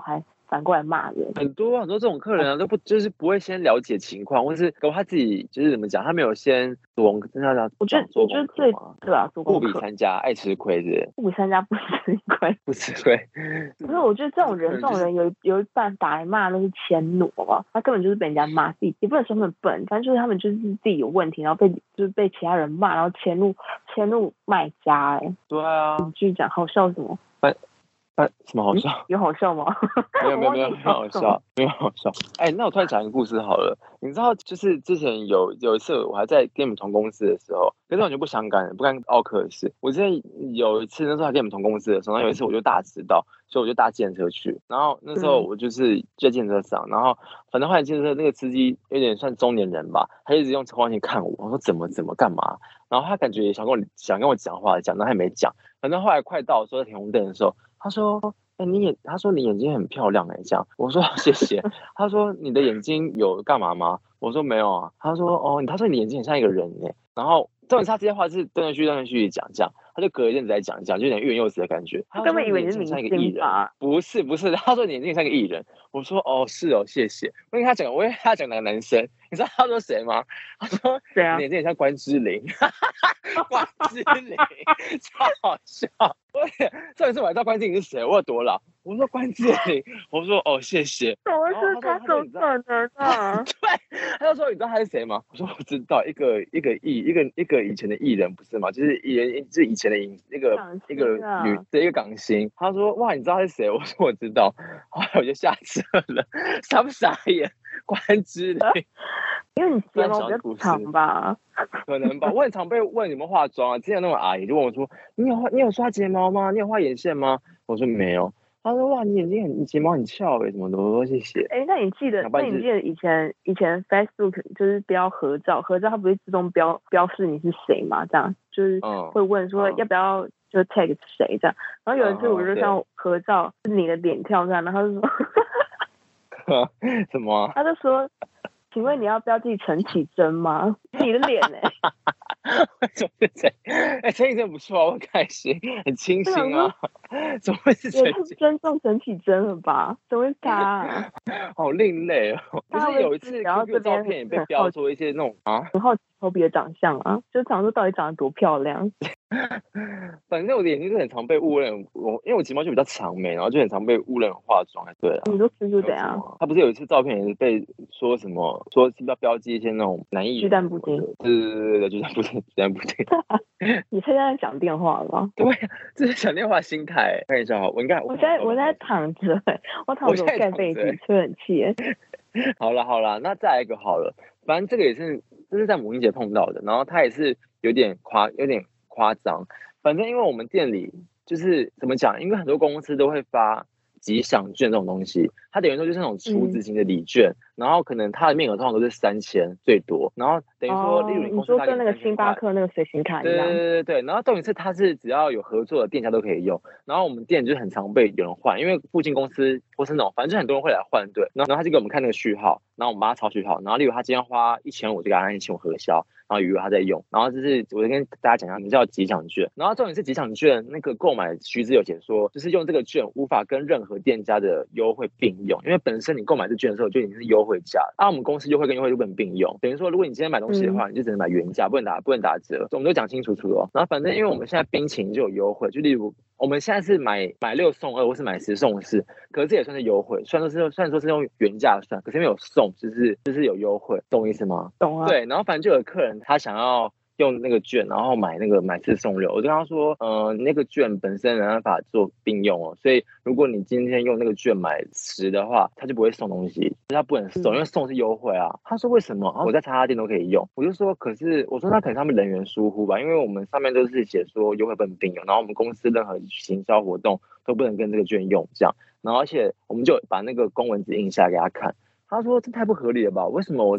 反过来骂人。 很多很多这种客人啊，都不就是不会先了解情况，或是搞他自己就是怎么讲，他没有先做功课，真的要我觉得我觉得最对啊，做功课。 货比三家，爱吃亏是货比三家不吃亏， 不吃亏。 可是我觉得这种人，这种人有有一半打来骂那是迁怒嘛，他根本就是被人家骂，自己也不能说他们笨，反正就是他们就是自己有问题，然后被就是被其他人骂，然后迁怒迁怒卖家。哎、欸， 对啊， 你继续讲，好笑什么？ 反反什么好笑？ 嗯、有好笑吗？ 没有没有没有没有好笑，没有好笑。哎、欸，那我突然讲一个故事好了。你知道，就是之前有有一次我还在跟你们同公司的时候，可是完全不相干，不干奥克的事。我之前有一次那时候还跟你们同公司的时候，然后有一次我就大迟到，所以我就搭计程车去。然后那时候我就是在计程车上，然后反正后来计程车那个司机有点算中年人吧，他一直用超光镜看我，我说怎么怎么干嘛？然后他感觉也想跟我想跟我讲话，讲到他也没讲。反正后来快到说停红灯的时候，他说：“哎、欸，你眼，他说你眼睛很漂亮哎、欸，这样。”我说：“谢谢。”他说：“你的眼睛有干嘛吗？”我说：“没有啊。”他说：“哦，他说你眼睛很像一个人哎、欸。”然后重点是他这些话是断断续断断续续讲讲，他就隔一阵子再讲讲，就有点欲言又止的感觉。 他根本以为你是明星吧？ 不是不是，他说你眼睛像一个艺人。我说：“哦，是哦，谢谢。”我跟他讲，我跟他讲哪个男生，你知道他说谁吗？他说：“ 谁啊？ 你眼睛很像关之琳。”关之琳超好笑。上一次我还知道关之琳是谁，我有多老？我说关之琳，我说哦谢谢。 怎么是他？怎么可能啊？ 对，他就说你知道他是谁吗？我说我知道，一个一个艺一个一个以前的艺人不是吗？就是艺人，就是以前的影一个、啊、一个女的一个港星。他说哇你知道他是谁？我说我知道。后来我就下车了，傻不傻眼？关之琳。 因为你睫毛比较长吧？ 可能吧，我很常被问有没有化妆啊。之前那种阿姨就问我说：“你有你有刷睫毛吗？你有画眼线吗？”我说没有。她说：“哇，你眼睛很，你睫毛很翘哎、欸，什么的。”我说谢谢。 哎、欸，那你记得，那你记得以前以前 Facebook 就是标合照，合照它不会自动标标示你是谁嘛？这样就是会问说要不要就 tag 谁这样。然后有一次我就像合照是你的脸跳这样，然后他就说什么、啊？ 他就说。请问你要标记陈绮贞吗？你的脸哎、 欸，为什么是陈？哎，陈绮贞不错啊，我很开心，很清新啊。怎么会是陈？ 也太尊重陈绮贞了吧？怎么会是他、啊？ 好另类哦！不是有一次 Q Q 照片也被标出一些那种啊， 很好奇Toby的长相啊，就长说到底长得多漂亮。 反正我的眼睛是很常被误认，我因为我睫毛就比较长眉，然后就很常被误认化妆。对啊， 你说是就怎样？ 他不是有一次照片也是被说什么，说是不是要标记一些那种男艺人？ 鸡蛋布丁。 对对对对，鸡蛋布丁，鸡蛋布丁。 你现在在讲电话了吗？ 对，这是讲电话心态。看一下，我应该我在我在躺着，我躺着盖被子，吹冷气。 好了好了，那再来一个好了，反正这个也是，这是在母亲节碰到的，然后他也是有点夸，有点夸张。反正因为我们店里就是怎么讲，因为很多公司都会发吉祥券这种东西，它等于说就是那种出资型的礼券，嗯、然后可能它的面额通常都是三千最多，然后等于说， 哦、 例如你你说跟那个星巴克那个随行卡一样， 对对对对，然后重点是它是只要有合作的店家都可以用，然后我们店就很常被有人换，因为附近公司或是那种反正就很多人会来换，对，然后然后他就给我们看那个序号，然后我们帮他抄序号，然后例如他今天花一千五就给他一千五核销。然后余额他在用，然后就是我就跟大家讲一下，什么叫吉祥券。然后重点是吉祥券那个购买须知有写说，就是用这个券无法跟任何店家的优惠并用，因为本身你购买这券的时候就已经是优惠价了。啊，我们公司优惠跟优惠就不能并用，等于说如果你今天买东西的话，你就只能买原价，不能打不能打折。我们都讲清楚楚哦。然后反正因为我们现在冰淇淋就有优惠，就例如我们现在是买买六送二，或是买十送四，可是这也算是优惠。虽然说是虽然说是用原价算，可是因为有送，就是就是有优惠，懂我意思吗？ 懂啊。 对，然后反正就有客人他想要用那个券，然后买那个买四送六，我就跟他说，呃，那个券本身没办法做并用哦，所以如果你今天用那个券买十的话，他就不会送东西，他不能送，因为送是优惠啊。他说为什么？我在叉叉店都可以用，我就说，可是我说那可能他们人员疏忽吧，因为我们上面都是写说优惠不能并用，然后我们公司任何行销活动都不能跟这个券用这样，然后而且我们就把那个公文纸印下来给他看，他说这太不合理了吧？为什么我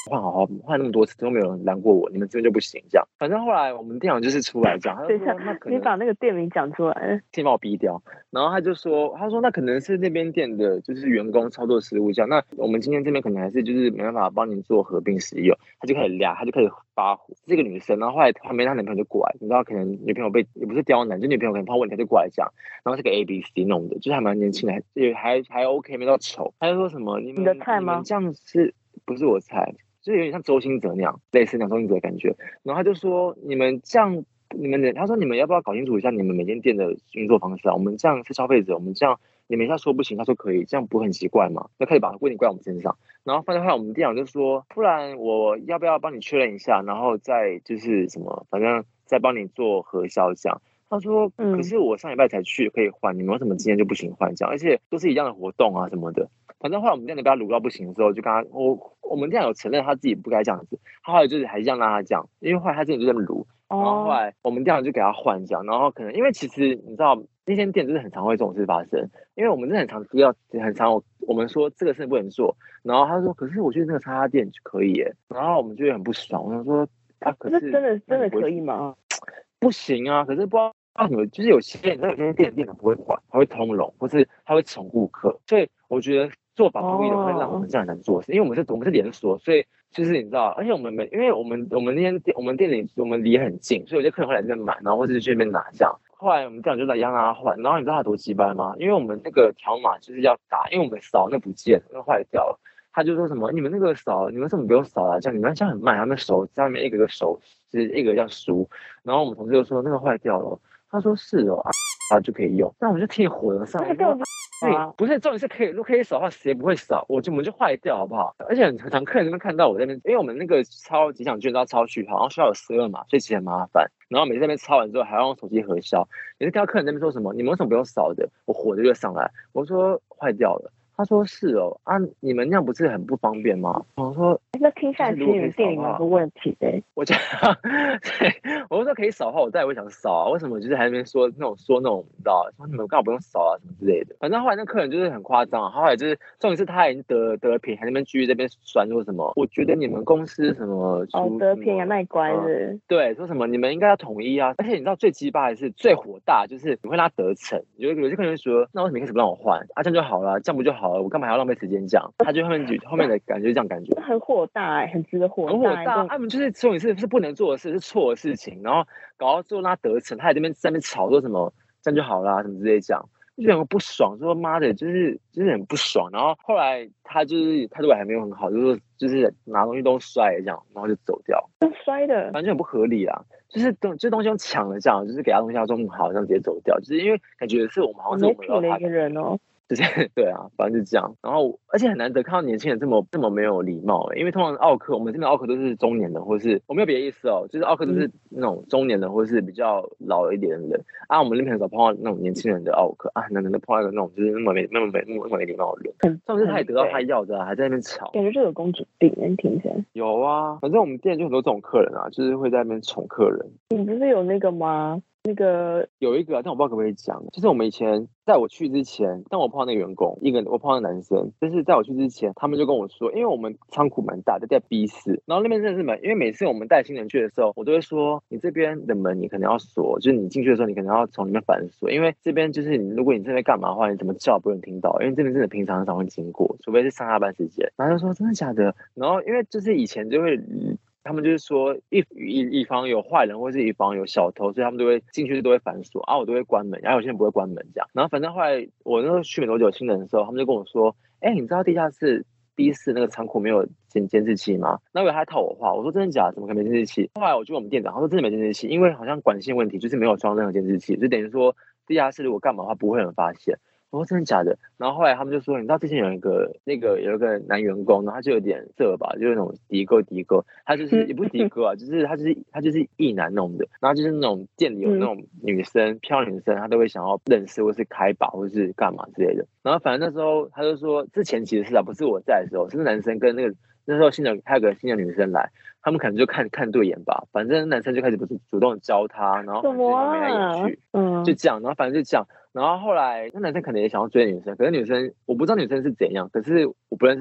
换好好换那么多次都没有人拦过我，你们这边就不行这样。反正后来我们店长就是出来讲，他就说那可能你把那个店名讲出来， 先把我逼掉。然后他就说，他说那可能是那边店的就是员工操作失误这样。那我们今天这边可能还是就是没办法帮您做合并使用。他就开始俩，他就开始发火。这个女生，然后后来旁边她男朋友就过来，你知道可能女朋友被也不是刁难，就女朋友可能碰到问题他就过来讲。然后是个 A B C 弄的，就是还蛮年轻的，也还还 OK， 没到丑。他就说什么你们你的菜吗？ 你们这样是不是我菜？就是有点像周星哲那样，类似那样周星哲的感觉。然后他就说你们这样，你们的他说你们要不要搞清楚一下你们每间店的运作方式啊？我们这样是消费者，我们这样你们一下说不行，他说可以，这样不会很奇怪吗？就开始把问题怪我们身上。然后反正后来我们店长就说，不然我要不要帮你确认一下，然后再就是什么，反正再帮你做核销这样。他说，可是我上礼拜才去，可以换，你们为什么今天就不行换这样？而且都是一样的活动啊什么的。反正后来我们店长被他撸到不行的时候，就跟他我我们店长有承认他自己不该这样子，他后来就是还是这样让他讲，因为后来他真的就在撸，然后后来我们店长就给他换这样，然后可能因为其实你知道那间店就是很常会这种事发生，因为我们真的很常知道很常我们说这个事不能做，然后他说可是我觉得那个叉叉店就可以耶，然后我们就会很不爽，我想说啊可是真的真的可以吗？ 不行啊，可是不知道。为什么？就是有些人，有些店店长不会管，他会通融，或是他会宠顾客，所以我觉得做法不一的会让我们这样难做事，因为我们是我们是连锁，所以就是你知道，而且我们没，因为我们我们那间店我们店里我们离很近，所以有些客人会来这边买，然后或是去那边拿这样。后来我们店长就来让他换，然后你知道他多鸡掰吗？因为我们那个条码就是要打，因为我们扫那不见，那坏掉了。他就说什么你们那个扫，你们怎么不用扫啊？这样你们这样很慢，他们手在外面一个个手，就是一个要输。然后我们同事就说那个坏掉了。他说是哦，啊就可以用，那我们就替火了上。对，不是重点是可以，如果可以扫的话，谁不会扫？我就我们就坏掉好不好？而且很常客人那边看到我在那边，因为我们那个抄几奖券都要抄序号，然后需要有十二码，所以其实很麻烦。然后每次在那边抄完之后，还要用手机核销。也是看到客人那边说什么，你们为什么不用扫的？我火就会上来，我说坏掉了。他说是哦，啊，你们那样不是很不方便吗？我说那听下来其实你们店里有个问题的。 我觉得，对，我说可以扫的话，我再也会想扫啊。为什么就是还在那边说那种说那种，你知道，说你们刚好不用扫啊什么之类的。反正后来那客人就是很夸张啊，后来就是重点是他已经得得了便宜，还在那边继续在那边酸说什么，我觉得你们公司什么哦得便宜卖乖的、嗯， 对，说什么你们应该要统一啊。而且你知道最鸡巴的是最火大，就是你会让他得逞。有有些客人说，那为什么一开始不让我换啊？这样就好了，这样不就好了？我干嘛还要浪费时间讲？他就后面后面的感觉这样感觉， 很火大哎、欸，很值得火大、欸， 很火大。他们就是重点是是不能做的事，是错的事情，然后搞到最后让他得逞，他在这边在那边吵说什么这样就好啦，什么之类讲，就觉得很不爽，说妈的，就是就是很不爽。然后后来他就是态度还没有很好，就是说就是拿东西都摔了这样，然后就走掉。 摔的， 反正就很不合理啦。就是东这东西用抢了这样，就是给他东西要做好，这样直接走掉，就是因为感觉是我们好像是我们没品的一个人哦。 就是对啊，反正就这样。然后而且很难得看到年轻人这么这么没有礼貌、欸，因为通常奥客我们这边奥客都是中年的，或是我没有别的意思哦，就是奥客都是那种中年的，或是比较老一点的人、嗯、啊。我们那边很少碰到那种年轻人的奥客啊，难得碰到一个那种就是那么没那么没那么没礼貌的人。上次他也得到他要的、啊，还在那边吵， 感觉就有公主病，你听起来。 有啊，反正我们店就很多这种客人啊，就是会在那边宠客人。 你不是有那个吗？那个有一个、啊，但我不知道可不可以讲，就是我们以前在我去之前，但我碰到那个员工，一个我碰到男生，就是在我去之前，他们就跟我说，因为我们仓库蛮大的，在 B 四，然后那边真的是蛮，因为每次我们带新人去的时候，我都会说，你这边的门你可能要锁，就是你进去的时候，你可能要从里面反锁，因为这边就是你，如果你这边干嘛的话，你怎么叫不能听到，因为这边真的平常很少会经过，除非是上下班时间。然后就说真的假的，然后因为就是以前就会。他们就是说一一一方有坏人或是一方有小偷，所以他们都会进去都会反锁啊，我都会关门，然后有些人不会关门这样。然后反正后来我那时候去没多久新人的时候，他们就跟我说，哎、欸，你知道地下室 B 四那个仓库没有监监视器吗？那我以为他套我话，我说真的假的？怎么可能没监视器？后来我就问我们店长，他说真的没监视器，因为好像管线问题，就是没有装任何监视器，就等于说地下室如果干嘛的话不会有人发现。我说真的假的？然后后来他们就说，你知道之前有一个那个有一个男员工，然后他就有点色吧，就是那种迪哥迪哥，他就是也不是迪哥啊，就是他就是他就是异男弄的，然后就是那种店里有那种女生、嗯、漂亮女生，他都会想要认识或是开把或是干嘛之类的。然后反正那时候他就说，之前其实是啊，不是我在的时候，是男生跟那个那时候新的还有个新的女生来，他们可能就看看对眼吧，反正男生就开始不是主动教他，然后就眉来眼去，嗯，就这样，然后反正就这样。然后后来那男生可能也想要追女生，可是女生我不知道女生是怎样，可是我不认识他，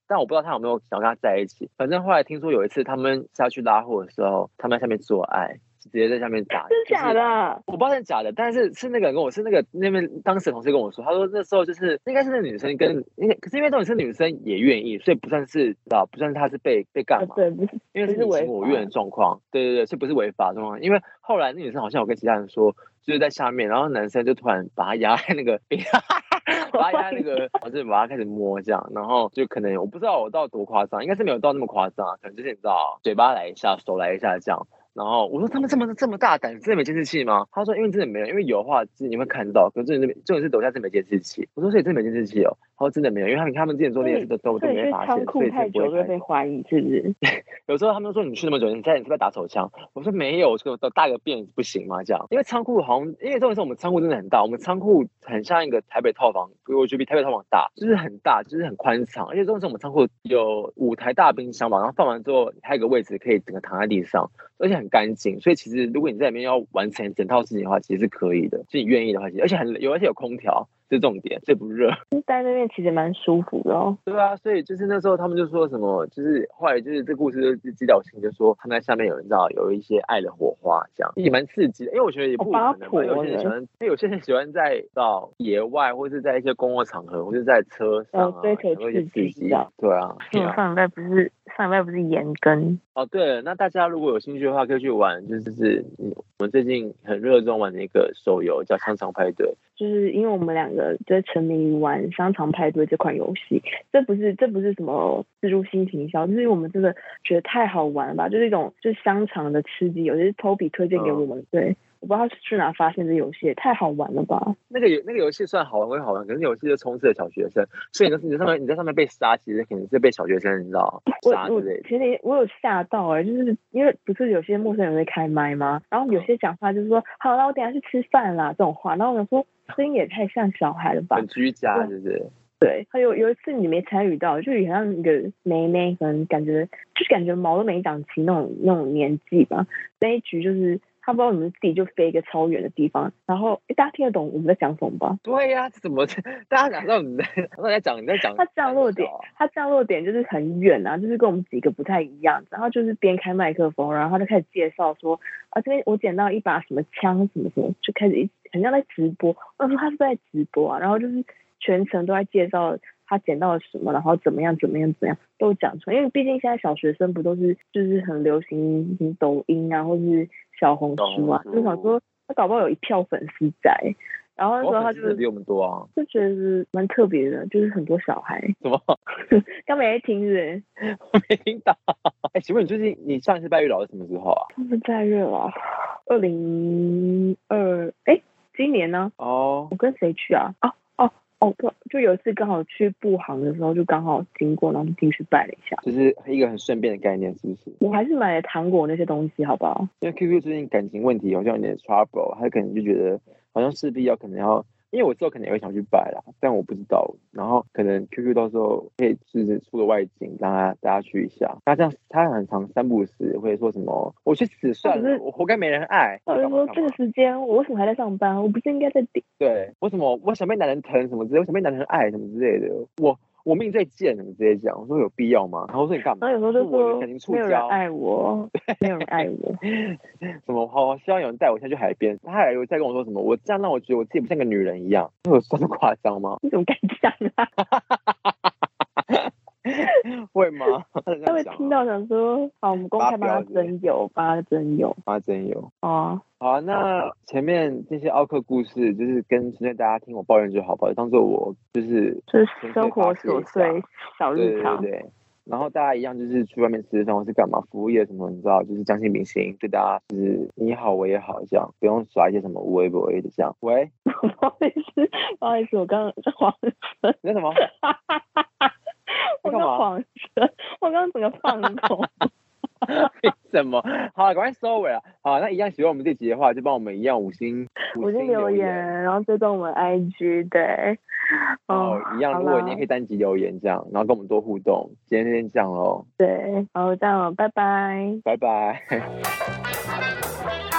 但我不知道他有没有想跟他在一起。反正后来听说有一次他们下去拉货的时候，他们在下面做爱。直接在下面打， 真假的、 就是？我不知道是假的，但是是那个人跟我是那个那边当时的同事跟我说，他说那时候就是应该是那女生跟，因为可是因为重点是女生也愿意，所以不算是知道不算是他是被被干嘛、 啊？对，不是， 因为是你情我愿的状况，对对对，所以不是违法的状况。因为后来那女生好像有跟其他人说，就是在下面，然后男生就突然把她压在那个，把她压在那个，就是把她开始摸这样，然后就可能我不知道我到多夸张，应该是没有到那么夸张，可能就是你知道嘴巴来一下，手来一下这样。然后我说他们这么这么大胆，真的没监视器吗？他说因为真的没有，因为有的话你会看到，可是真的重点是楼下真的没监视器。我说所以真的没监视器哦。他说真的没有，因为他们他们之前做那些事都都都没发现， 仓库太久就被怀疑是不是？ 有时候他们说你去那么久，你在你是不是打手枪？我说没有，我说大个便不行吗？这样，因为仓库好像，因为重点是我们仓库真的很大，我们仓库很像一个台北套房，我觉得比台北套房大，就是很大，就是很宽敞，而且重点是我们仓库有五台大冰箱嘛，然后放完之后还有一个位置可以整个躺在地上，而且很干净，所以其实如果你在里面要完成整套事情的话，其实是可以的，就你愿意的话，而且很有，而且有空调。这是重点，最不热。 待那边其实蛮舒服的哦。 对啊，所以就是那时候他们就说什么，就是后来就是这故事就是基导性就说他们在下面有人知道有一些爱的火花，这样也蛮刺激的。因为我觉得也不可能吧，有些人喜欢，因为有些人喜欢在到野外或是在一些公共场合或是在车上、啊， 追求刺激。 对啊， 因为上礼拜不是上礼拜不是延更哦，对，那大家如果有兴趣的话，可以去玩，就是我们最近很热衷玩的一个手游叫《香肠派对》。 就是因为我们两个就沉迷于玩香肠派对这款游戏，这不是这不是什么自助性行销，就是因为我们真的觉得太好玩了吧，就是一种就是香肠的吃鸡游戏，是 Toby 推荐给我们，嗯、对。我不知道他去哪发现这游戏，太好玩了吧？ 那个那个游戏算好玩会好玩，可是游戏就充斥了小学生，所以你在上面你在上面被杀，其实可能是被小学生你知道杀之类的。 其实我有吓到哎、欸，就是因为不是有些陌生人会开麦吗？然后有些讲话就是说，好了，我等一下去吃饭啦这种话，然后我想说声音也太像小孩了吧， 很居家，是不是？ 对，还有有一次你没参与到，就好像一个妹妹，可能感觉就是感觉毛都没长齐那种那种年纪吧，那一局就是。他不知道你们自己就飞一个超远的地方，然后大家听得懂我们在讲什么吧？ 对呀、啊，怎么大家讲到你在我在讲你在讲？ 他降落点，他降落点就是很远啊，就是跟我们几个不太一样。然后就是边开麦克风，然后他就开始介绍说啊，这边我捡到一把什么枪，什么什么，就开始一很像在直播。我说他是不是在直播啊？然后就是全程都在介绍他捡到了什么，然后怎么样怎么样怎么样都讲出来。因为毕竟现在小学生不都是就是很流行抖音啊，或是小红书啊，就想说他搞不好有一票粉丝在，然后那时候他就比我们多啊， 就觉得蛮特别的，就是很多小孩。 什么？ 刚没听是？ 我没听到。哎、欸，请问你最近你上一次拜月老是什么时候啊？ 上次拜月老，二零二哎，今年呢？哦，我跟谁去啊？哦哦哦，对，就有一次刚好去布行的时候，就刚好经过，然后就进去拜了一下， 就是一个很顺便的概念，是不是？ 我还是买了糖果那些东西，好不好？ 因为 Q Q 最近感情问题好像有点 trouble， 他可能就觉得好像势必要可能要。因为我之后可能也会想去拜啦，但我不知道。然后可能 Q Q 到时候可以就是出个外景，让他大家去一下。那这样他很常三不五时会说什么“我去死算了，我活该没人爱”。 或者说这个时间我为什么还在上班？我不是应该在顶？ 对，为什么我想被男人疼什么之类，我想被男人爱什么之类的。我我命最贱，什么直接讲，我说有必要吗？然后我说你干嘛？ 然后有时候就说没有人爱我，没有人爱我。 什么？好希望有人带我下去海边。他还有再跟我说什么？我这样让我觉得我自己不像个女人一样。有这么夸张吗？ 你怎么敢讲啊？ 会吗？ 他会听到想说，好，我们公开帮他征友，帮他征友， 帮他征友。 哦， 好啊，那前面这些奥克故事，就是跟纯粹大家听我抱怨就好吧，当做我就是就是生活琐碎小日常。 对对对。然后大家一样就是去外面吃饭或是干嘛，服务业什么，你知道，就是将心比心，对大家就是你好我也好这样，不用耍一些什么无微不微的这样。喂， 不好意思，不好意思，我刚刚恍神。 你在什么？ 我刚恍神，我刚刚整个放空。 什么？好了，赶快收尾了。好，那一样喜欢我们这集的话，就帮我们一样五星五星留言，然后追踪我们 I G， 对。 哦，一样，如果你也可以单集留言这样，然后跟我们多互动。今天就先这样咯。 对，好，这样了，拜拜。 拜拜。